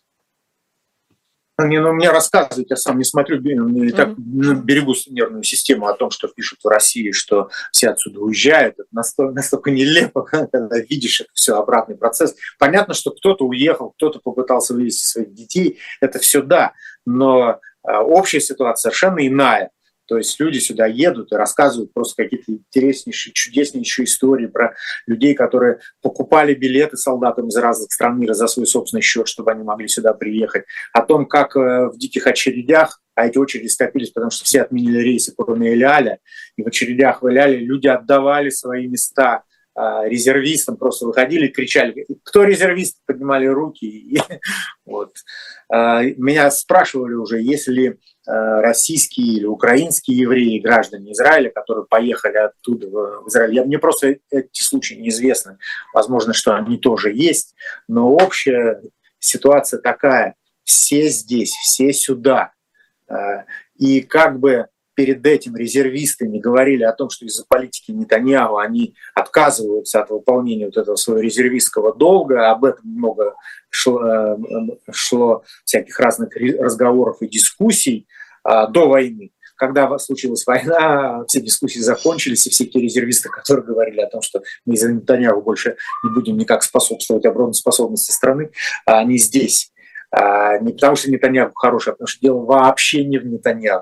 Не, ну, мне рассказывают, я сам не смотрю, и так mm-hmm. берегу нервную систему о том, что пишут в России, что все отсюда уезжают. Это настолько, настолько нелепо, когда видишь это все, обратный процесс. Понятно, что кто-то уехал, кто-то попытался вывести своих детей, это все да, но а, общая ситуация совершенно иная. То есть люди сюда едут и рассказывают просто какие-то интереснейшие, чудеснейшие истории про людей, которые покупали билеты солдатам из разных стран мира за свой собственный счет, чтобы они могли сюда приехать. О том, как в диких очередях, а эти очереди скопились, потому что все отменили рейсы, кроме Эль-Аля, и в очередях в Эль-Але люди отдавали свои места резервистам, просто выходили и кричали, кто резервист, поднимали руки. И, вот. Меня спрашивали уже, если российские или украинские евреи, граждане Израиля, которые поехали оттуда в Израиль. Я, мне просто эти случаи неизвестны. Возможно, что они тоже есть, но общая ситуация такая. Все здесь, все сюда. И как бы перед этим резервисты не говорили о том, что из-за политики Нетаньяху они отказываются от выполнения вот этого своего резервистского долга. Об этом много шло, шло всяких разных разговоров и дискуссий а, до войны. Когда случилась война, все дискуссии закончились, и все те резервисты, которые говорили о том, что мы из-за Нетаньяху больше не будем никак способствовать обороноспособности страны, они здесь. А, не потому что Нетаньяху хороший, а потому что дело вообще не в Нетаньяху.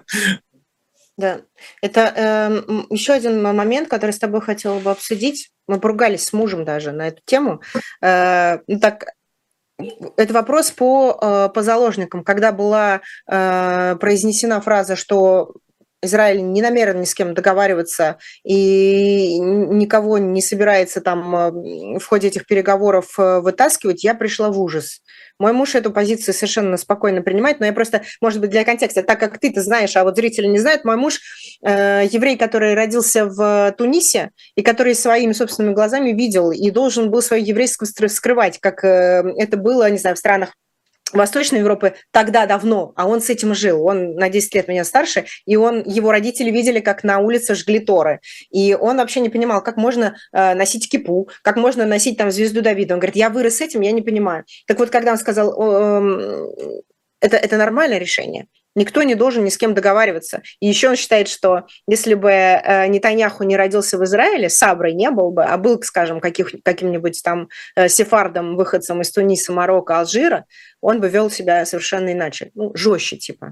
Да, это э, еще один момент, который с тобой хотела бы обсудить. Мы поругались с мужем даже на эту тему. Э, ну, так, это вопрос по, э, по заложникам. Когда была э, произнесена фраза, что Израиль не намерен ни с кем договариваться и никого не собирается там в ходе этих переговоров вытаскивать, я пришла в ужас. Мой муж эту позицию совершенно спокойно принимает, но я просто, может быть, для контекста, так как ты-то знаешь, а вот зрители не знают, мой муж э, еврей, который родился в Тунисе и который своими собственными глазами видел и должен был свое еврейство скрывать, как э, это было, не знаю, в странах Восточной Европы тогда давно, а он с этим жил. Он на десять лет меня старше, и он, его родители видели, как на улице жгли Торы. И он вообще не понимал, как можно э, носить кипу, как можно носить там звезду Давида. Он говорит, я вырос с этим, я не понимаю. Так вот, когда он сказал, э, это, это нормальное решение, никто не должен ни с кем договариваться. И еще он считает, что если бы Нетаньяху не родился в Израиле, Саброй не был бы, а был, скажем, каких, каким-нибудь там сефардом, выходцем из Туниса, Марокко, Алжира, он бы вел себя совершенно иначе, ну, жестче типа.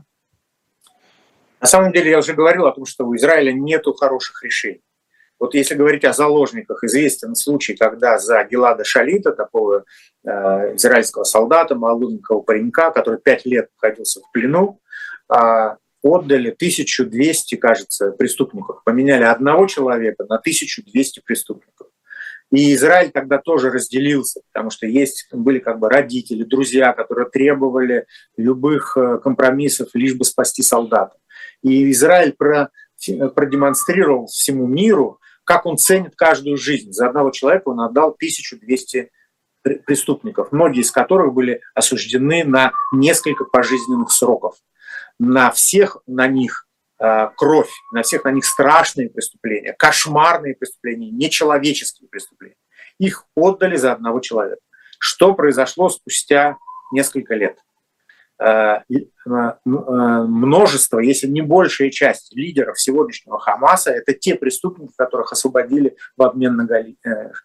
На самом деле я уже говорил о том, что у Израиля нету хороших решений. Вот если говорить о заложниках, известен случай, когда за Гилада Шалита, такого э, израильского солдата, молоденького паренька, который пять лет находился в плену, э, отдали тысячу двести, кажется, преступников. Поменяли одного человека на тысячу двести преступников. И Израиль тогда тоже разделился, потому что есть, были как бы родители, друзья, которые требовали любых компромиссов, лишь бы спасти солдата. И Израиль про, продемонстрировал всему миру, как он ценит каждую жизнь. За одного человека он отдал тысячу двести преступников, многие из которых были осуждены на несколько пожизненных сроков. На всех на них э, кровь, на всех на них страшные преступления, кошмарные преступления, нечеловеческие преступления. Их отдали за одного человека. Что произошло спустя несколько лет? Э, э, множество, если не большая часть лидеров сегодняшнего Хамаса, это те преступники, которых освободили в обмен на Гали.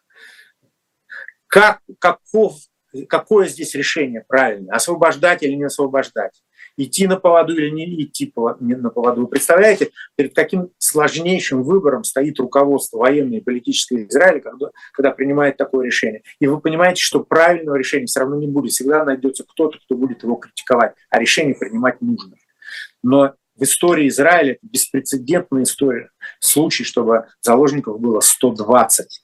Как, каков, какое здесь решение правильное? Освобождать или не освобождать? Идти на поводу или не идти на поводу? Вы представляете, перед каким сложнейшим выбором стоит руководство военное и политическое Израиля, когда, когда принимает такое решение. И вы понимаете, что правильного решения все равно не будет. Всегда найдется кто-то, кто будет его критиковать, а решение принимать нужно. Но в истории Израиля это беспрецедентная история. Случай, чтобы заложников было сто двадцать.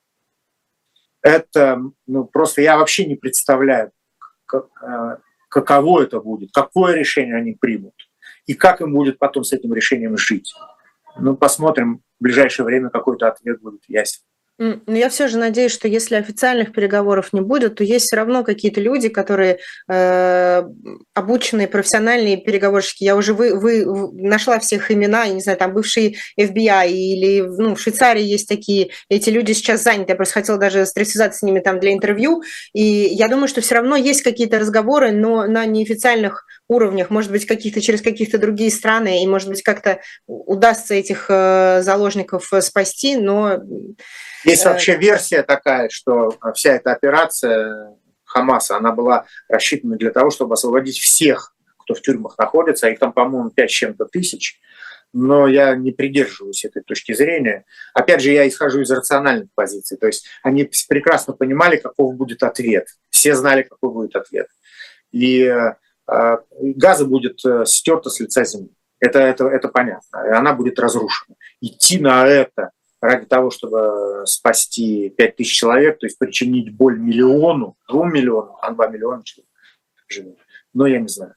Это, ну, просто я вообще не представляю, как, каково это будет, какое решение они примут и как им будет потом с этим решением жить. Ну, посмотрим, в ближайшее время какой-то ответ будет ясен. Но я все же надеюсь, что если официальных переговоров не будет, то есть все равно какие-то люди, которые э, обученные, профессиональные переговорщики. Я уже вы, вы, нашла всех имена, я не знаю, там бывшие эф би ай или ну, в Швейцарии есть такие. Эти люди сейчас заняты. Я просто хотела даже связаться с ними там для интервью. И я думаю, что все равно есть какие-то разговоры, но на неофициальных уровнях, может быть, каких-то через каких-то другие страны, и, может быть, как-то удастся этих э, заложников спасти, но... Есть вообще версия такая, что вся эта операция Хамаса, она была рассчитана для того, чтобы освободить всех, кто в тюрьмах находится, а их там, по-моему, пять с чем-то тысяч, но я не придерживаюсь этой точки зрения. Опять же, я исхожу из рациональных позиций, то есть они прекрасно понимали, каков будет ответ, все знали, какой будет ответ. И э, Газа будет стерта с лица земли, это, это, это понятно, и она будет разрушена. Идти на это ради того, чтобы спасти пять тысяч человек, то есть причинить боль миллиону, двум миллионам, а два миллиона человек живет. Но я не знаю.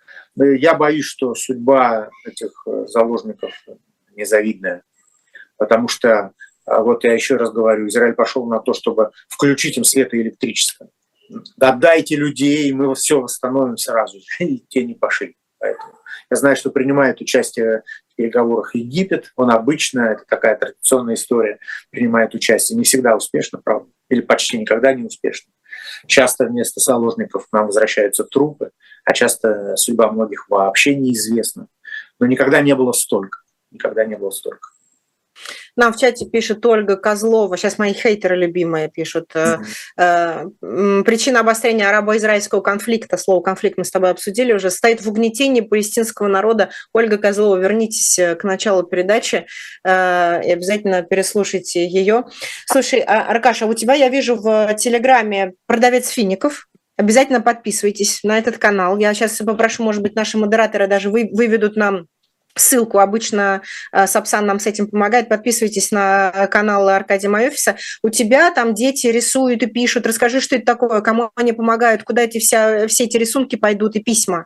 Я боюсь, что судьба этих заложников незавидная, потому что, вот я еще раз говорю, Израиль пошел на то, чтобы включить им свет и электричество. Отдайте людей, и мы все восстановим сразу. И те не пошли. Поэтому я знаю, что принимает участие в переговорах Египет. Он обычно, это такая традиционная история, принимает участие. Не всегда успешно, правда, или почти никогда не успешно. Часто вместо заложников к нам возвращаются трупы, а часто судьба многих вообще неизвестна. Но никогда не было столько. Никогда не было столько. Нам в чате пишет Ольга Козлова, сейчас мои хейтеры любимые пишут, mm-hmm. э, причина обострения арабо-израильского конфликта, слово конфликт мы с тобой обсудили уже, стоит в угнетении палестинского народа. Ольга Козлова, вернитесь к началу передачи э, и обязательно переслушайте ее. Слушай, Аркаша, у тебя, я вижу в Телеграме продавец фиников. Обязательно подписывайтесь на этот канал. Я сейчас попрошу, может быть, наши модераторы даже вы, выведут нам ссылку, обычно э, Сапсан нам с этим помогает. Подписывайтесь на канал Аркадия Майофиса. У тебя там дети рисуют и пишут. Расскажи, что это такое, кому они помогают, куда эти вся, все эти рисунки пойдут и письма.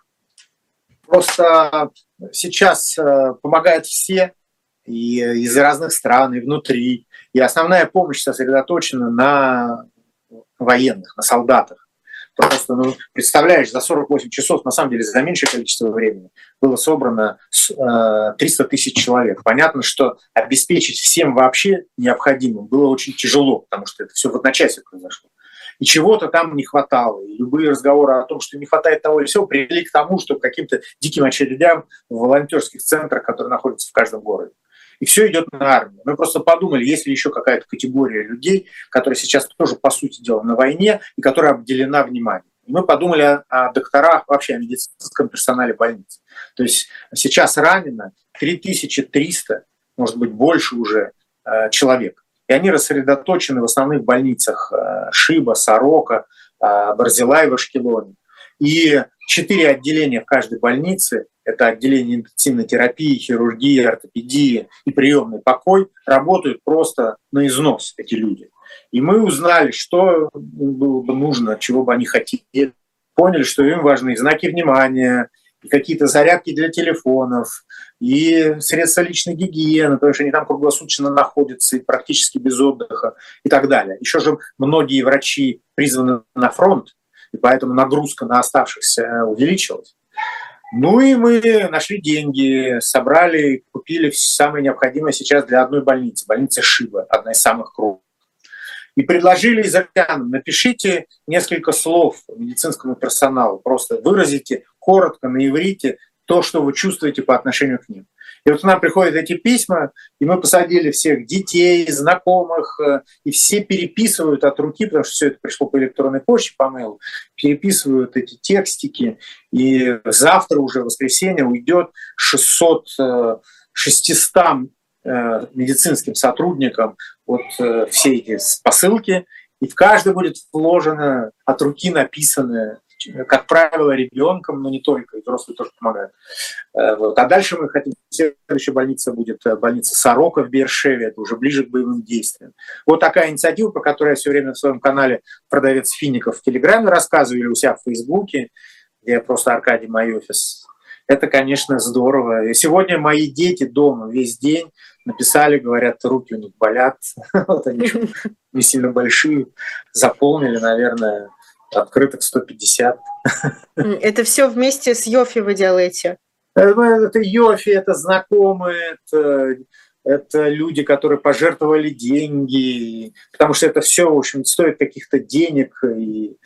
Просто сейчас э, помогают все, и из разных стран, и внутри. И основная помощь сосредоточена на военных, на солдатах. Просто, ну, представляешь, за сорок восемь часов, на самом деле, за меньшее количество времени было собрано триста тысяч человек. Понятно, что обеспечить всем вообще необходимым было очень тяжело, потому что это все в одночасье произошло. И чего-то там не хватало. И любые разговоры о том, что не хватает того или всего, привели к тому, что к каким-то диким очередям в волонтерских центрах, которые находятся в каждом городе. И все идет на армию. Мы просто подумали, есть ли еще какая-то категория людей, которая сейчас тоже, по сути дела, на войне и которая обделена вниманием. И мы подумали о, о докторах, вообще о медицинском персонале больниц. То есть сейчас ранено три тысячи триста, может быть, больше уже э, человек. И они рассредоточены в основных больницах э, Шиба, Сорока, э, Барзилай в Ашкелоне. И четыре отделения в каждой больнице, это отделение интенсивной терапии, хирургии, ортопедии и приемный покой, работают просто на износ, эти люди. И мы узнали, что было бы нужно, чего бы они хотели. Поняли, что им важны знаки внимания, и какие-то зарядки для телефонов, и средства личной гигиены, потому что они там круглосуточно находятся и практически без отдыха и так далее. Еще же многие врачи призваны на фронт, и поэтому нагрузка на оставшихся увеличилась. Ну и мы нашли деньги, собрали, купили самое необходимое сейчас для одной больницы, больница Шиба, одна из самых крупных. И предложили израильтянам: напишите несколько слов медицинскому персоналу, просто выразите коротко на иврите то, что вы чувствуете по отношению к ним. И вот к нам приходят эти письма, и мы посадили всех детей, знакомых, и все переписывают от руки, потому что все это пришло по электронной почте, по мейлу, переписывают эти текстики, и завтра уже, в воскресенье, уйдет шестьсот, шестьсот медицинским сотрудникам вот все эти посылки, и в каждой будет вложено от руки написанное, как правило, ребенком, но не только, и взрослые тоже помогают. Вот. А дальше мы хотим, следующая больница будет больница Сорока в Беэр-Шеве, это уже ближе к боевым действиям. Вот такая инициатива, про которую я все время в своем канале «Продавец фиников» в Телеграме рассказываю, или у себя в Фейсбуке, где я просто Аркадий мой офис. Это, конечно, здорово. И сегодня мои дети дома весь день написали, говорят, руки у них болят, вот они не сильно большие, заполнили, наверное, открыток сто пятьдесят. Это все вместе с Йофи вы делаете? Это Йофи, это знакомые, это, это люди, которые пожертвовали деньги, потому что это все, в общем, стоит каких-то денег, и,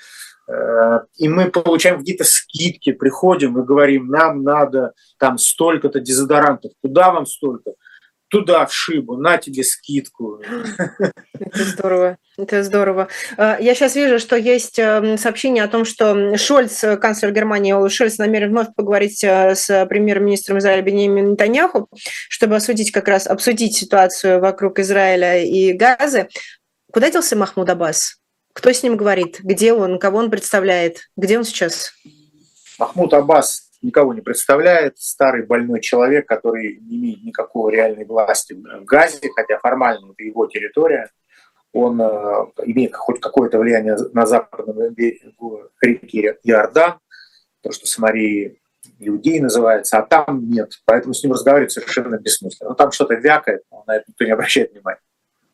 и мы получаем какие-то скидки, приходим и говорим: нам надо там столько-то дезодорантов, куда вам столько? Туда, в Шибу, на тебе скидку. Это здорово, это здорово. Я сейчас вижу, что есть сообщение о том, что Шольц, канцлер Германии Олаф Шольц, намерен вновь поговорить с премьер-министром Израиля Биньямином Нетаньяху, чтобы обсудить как раз обсудить ситуацию вокруг Израиля и Газы. Куда делся Махмуд Аббас? Кто с ним говорит? Где он? Кого он представляет? Где он сейчас? Махмуд Аббас никого не представляет, старый больной человек, который не имеет никакой реальной власти в Газе, хотя формально это его территория. Он э, имеет хоть какое-то влияние на западном берегу реки Иордан, то, что Самария Иудеи называется, а там нет. Поэтому с ним разговаривать совершенно бессмысленно. Он там что-то вякает, но на это никто не обращает внимания.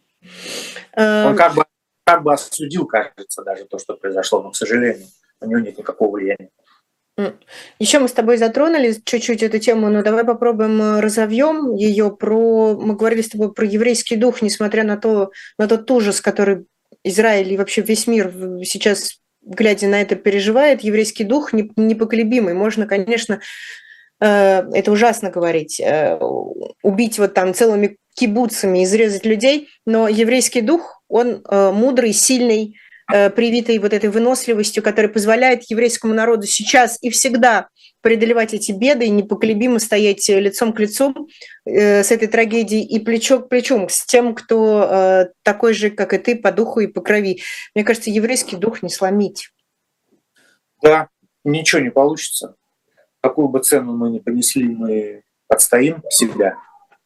Он как бы, как бы осудил, кажется, даже то, что произошло, но, к сожалению, у него нет никакого влияния. Еще мы с тобой затронули чуть-чуть эту тему, но давай попробуем разовьем ее. Про... Мы говорили с тобой про еврейский дух, несмотря на, то, на тот ужас, который Израиль и вообще весь мир сейчас, глядя на это, переживает. Еврейский дух непоколебимый. Можно, конечно, это ужасно говорить, убить вот там целыми кибуцами, изрезать людей, но еврейский дух, он мудрый, сильный, привитой вот этой выносливостью, которая позволяет еврейскому народу сейчас и всегда преодолевать эти беды и непоколебимо стоять лицом к лицу с этой трагедией и плечо к плечу с тем, кто такой же, как и ты, по духу и по крови. Мне кажется, еврейский дух не сломить. Да, ничего не получится. Какую бы цену мы ни понесли, мы отстоим себя.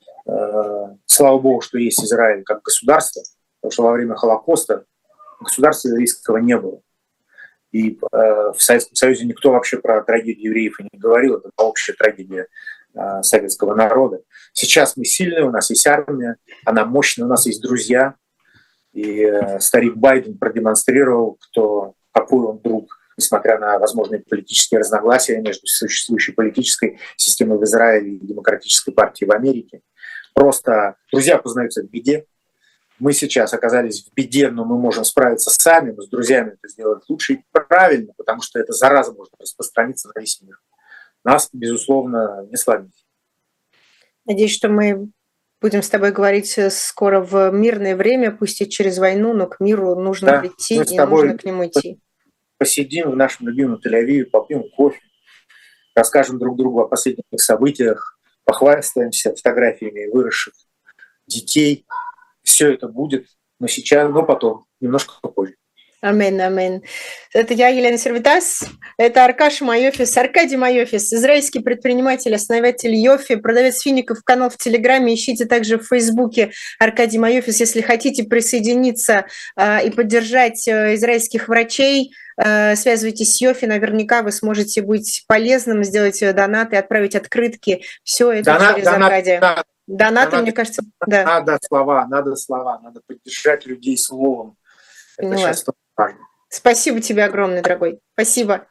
Слава Богу, что есть Израиль как государство, потому что во время Холокоста государства еврейского не было. И э, в Советском Союзе никто вообще про трагедию евреев и не говорил. Это общая трагедия э, советского народа. Сейчас мы сильные, у нас есть армия, она мощная, у нас есть друзья. И э, старик Байден продемонстрировал, кто, какой он друг, несмотря на возможные политические разногласия между существующей политической системой в Израиле и демократической партией в Америке. Просто друзья познаются в беде. Мы сейчас оказались в беде, но мы можем справиться сами, но с друзьями это сделать лучше и правильно, потому что эта зараза может распространиться на весь мир. Нас, безусловно, не сломить. Надеюсь, что мы будем с тобой говорить скоро в мирное время, пусть и через войну, но к миру нужно да, прийти и нужно к нему идти. Посидим в нашем любимом Тель-Авиве, попьем кофе, расскажем друг другу о последних событиях, похвастаемся фотографиями выросших детей. Все это будет, но сейчас, но потом, немножко попозже. Амин, амин. Это я, Елена Сервитас. Это Аркаш Майофис, Аркадий Майофис, израильский предприниматель, основатель Йофи, продавец фиников, канал в Телеграме. Ищите также в Фейсбуке Аркадий Майофис. Если хотите присоединиться э, и поддержать э, израильских врачей, э, связывайтесь с Йофи. Наверняка вы сможете быть полезным, сделать донаты, отправить открытки. Все это Донат, через донат, Аркадия. донат, Донаты, донат, мне кажется, да. Надо слова, надо слова, надо поддержать людей словом. Это Поняла. сейчас важно. Спасибо тебе огромное, дорогой. Спасибо.